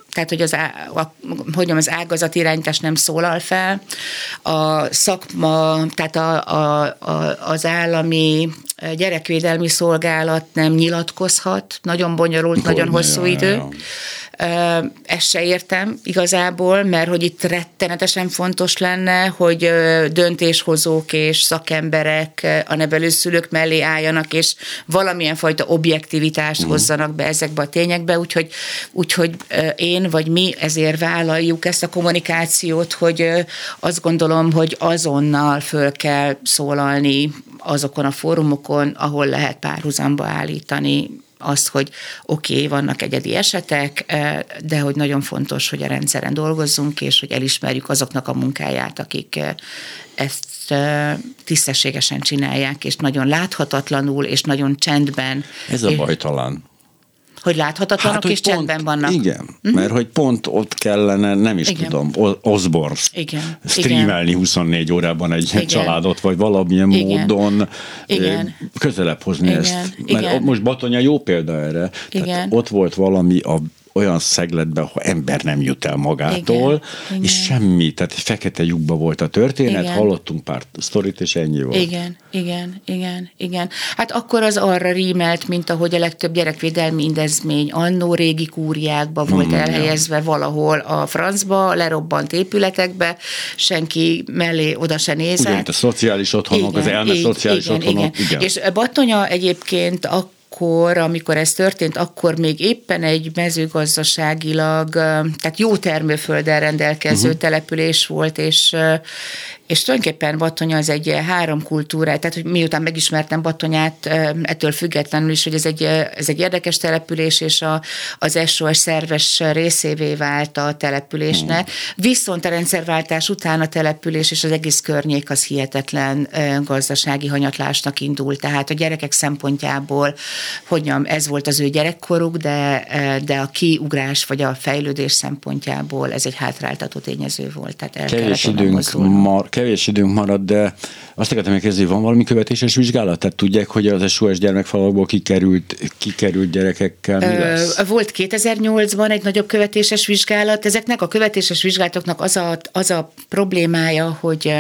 az ágazat irányítás nem szólal fel, a szakma, tehát az állami gyerekvédelmi szolgálat nem nyilatkozhat, nagyon bonyolult, nagyon hosszú idő. Ezt se értem igazából, mert hogy itt rettenetesen fontos lenne, hogy döntéshozók és szakemberek a nevelőszülők mellé álljanak, és valamilyen fajta objektivitást hozzanak be ezekbe a tényekbe, úgyhogy én vagy mi ezért vállaljuk ezt a kommunikációt, hogy azt gondolom, hogy azonnal föl kell szólalni azokon a fórumokon, ahol lehet párhuzamba állítani azt, hogy oké, vannak egyedi esetek, de hogy nagyon fontos, hogy a rendszeren dolgozzunk, és hogy elismerjük azoknak a munkáját, akik ezt tisztességesen csinálják, és nagyon láthatatlanul, és nagyon csendben. Ez a baj talán. Hogy láthatatlanok és csendben vannak. Igen, mert hogy pont ott kellene, nem is tudom, Osborne streamelni 24 órában egy családot, vagy valamilyen módon közelebb hozni ezt. Mert most Batonya jó példa erre. Tehát ott volt valami olyan szegletben, ha ember nem jut el magától, és semmi, tehát egy fekete lyukba volt a történet, hallottunk pár sztorit, és ennyi volt. Igen. Hát akkor az arra rímelt, mint ahogy a legtöbb gyerekvédelmi intézmény annó régi kúriákba volt elhelyezve valahol a francba, lerobbant épületekbe, senki mellé oda se nézett. Ugyan, a szociális otthonok, az elme szociális otthonok. Igen. És Batonya egyébként akkor, amikor ez történt, akkor még éppen egy mezőgazdaságilag, tehát jó termőfölddel rendelkező település volt, és tulajdonképpen Battony az egy három kultúrát, tehát hogy miután megismertem Battonyát, ettől függetlenül is, hogy ez egy érdekes település, és az SOS szerves részévé vált a településnek. Viszont a rendszerváltás után a település és az egész környék az hihetetlen gazdasági hanyatlásnak indult. Tehát a gyerekek szempontjából, ez volt az ő gyerekkoruk, de a kiugrás vagy a fejlődés szempontjából ez egy hátráltató tényező volt. Tehát kevés időnk marad, de azt akartam megkérdezni, van valami követéses vizsgálat? Tehát tudják, hogy az SOS gyermekfalvakból kikerült gyerekekkel mi lesz? Volt 2008-ban egy nagyobb követéses vizsgálat. Ezeknek a követéses vizsgálatoknak az a problémája, hogy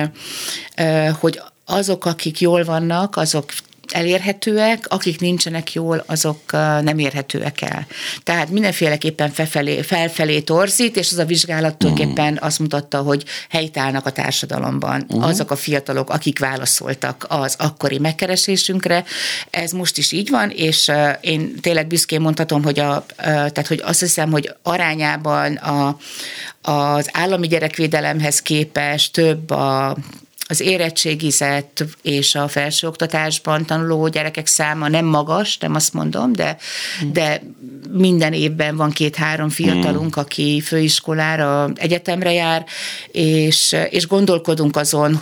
azok, akik jól vannak, azok elérhetőek, akik nincsenek jól, azok nem érhetőek el. Tehát mindenféleképpen felfelé torzít, és az a vizsgálat tulajdonképpen azt mutatta, hogy helytállnak a társadalomban azok a fiatalok, akik válaszoltak az akkori megkeresésünkre. Ez most is így van, és én tényleg büszkén mondhatom, hogy hogy azt hiszem, hogy arányában az állami gyerekvédelemhez képest több az érettségizett és a felsőoktatásban tanuló gyerekek száma nem magas, nem azt mondom, de minden évben van 2-3 fiatalunk, aki főiskolára, egyetemre jár, és gondolkodunk azon,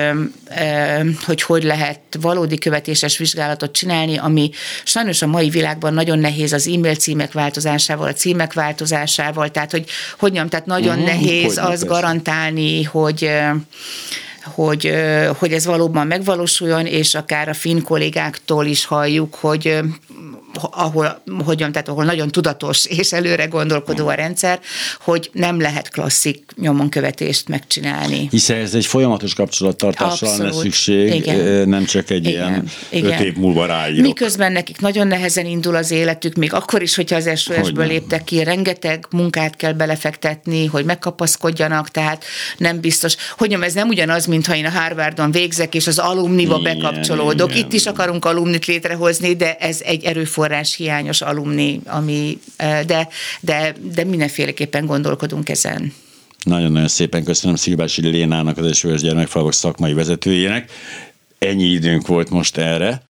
hogy lehet valódi követéses vizsgálatot csinálni, ami sajnos a mai világban nagyon nehéz az e-mail címek változásával, a címek változásával, tehát tehát nagyon nehéz azt garantálni, hogy ez valóban megvalósuljon, és akár a finn kollégáktól is halljuk, ahol nagyon tudatos és előre gondolkodó a rendszer, hogy nem lehet klasszik nyomonkövetést megcsinálni. Hiszen ez egy folyamatos kapcsolattartásra lenne szükség, igen. Nem csak egy ilyen 5 év múlva ráírok. Miközben nekik nagyon nehezen indul az életük, még akkor is, hogyha az SOS-ből léptek ki, rengeteg munkát kell belefektetni, hogy megkapaszkodjanak, tehát nem biztos. Ez nem ugyanaz, mintha én a Harvardon végzek, és az alumniba bekapcsolódok. Igen. Itt is akarunk alumnit létrehozni, de ez egy erőforrás hiányos alumni, de mindenféleképpen gondolkodunk ezen. Nagyon-nagyon szépen köszönöm Szilvási Lénának, az SOS gyermekfalvak szakmai vezetőjének. Ennyi időnk volt most erre.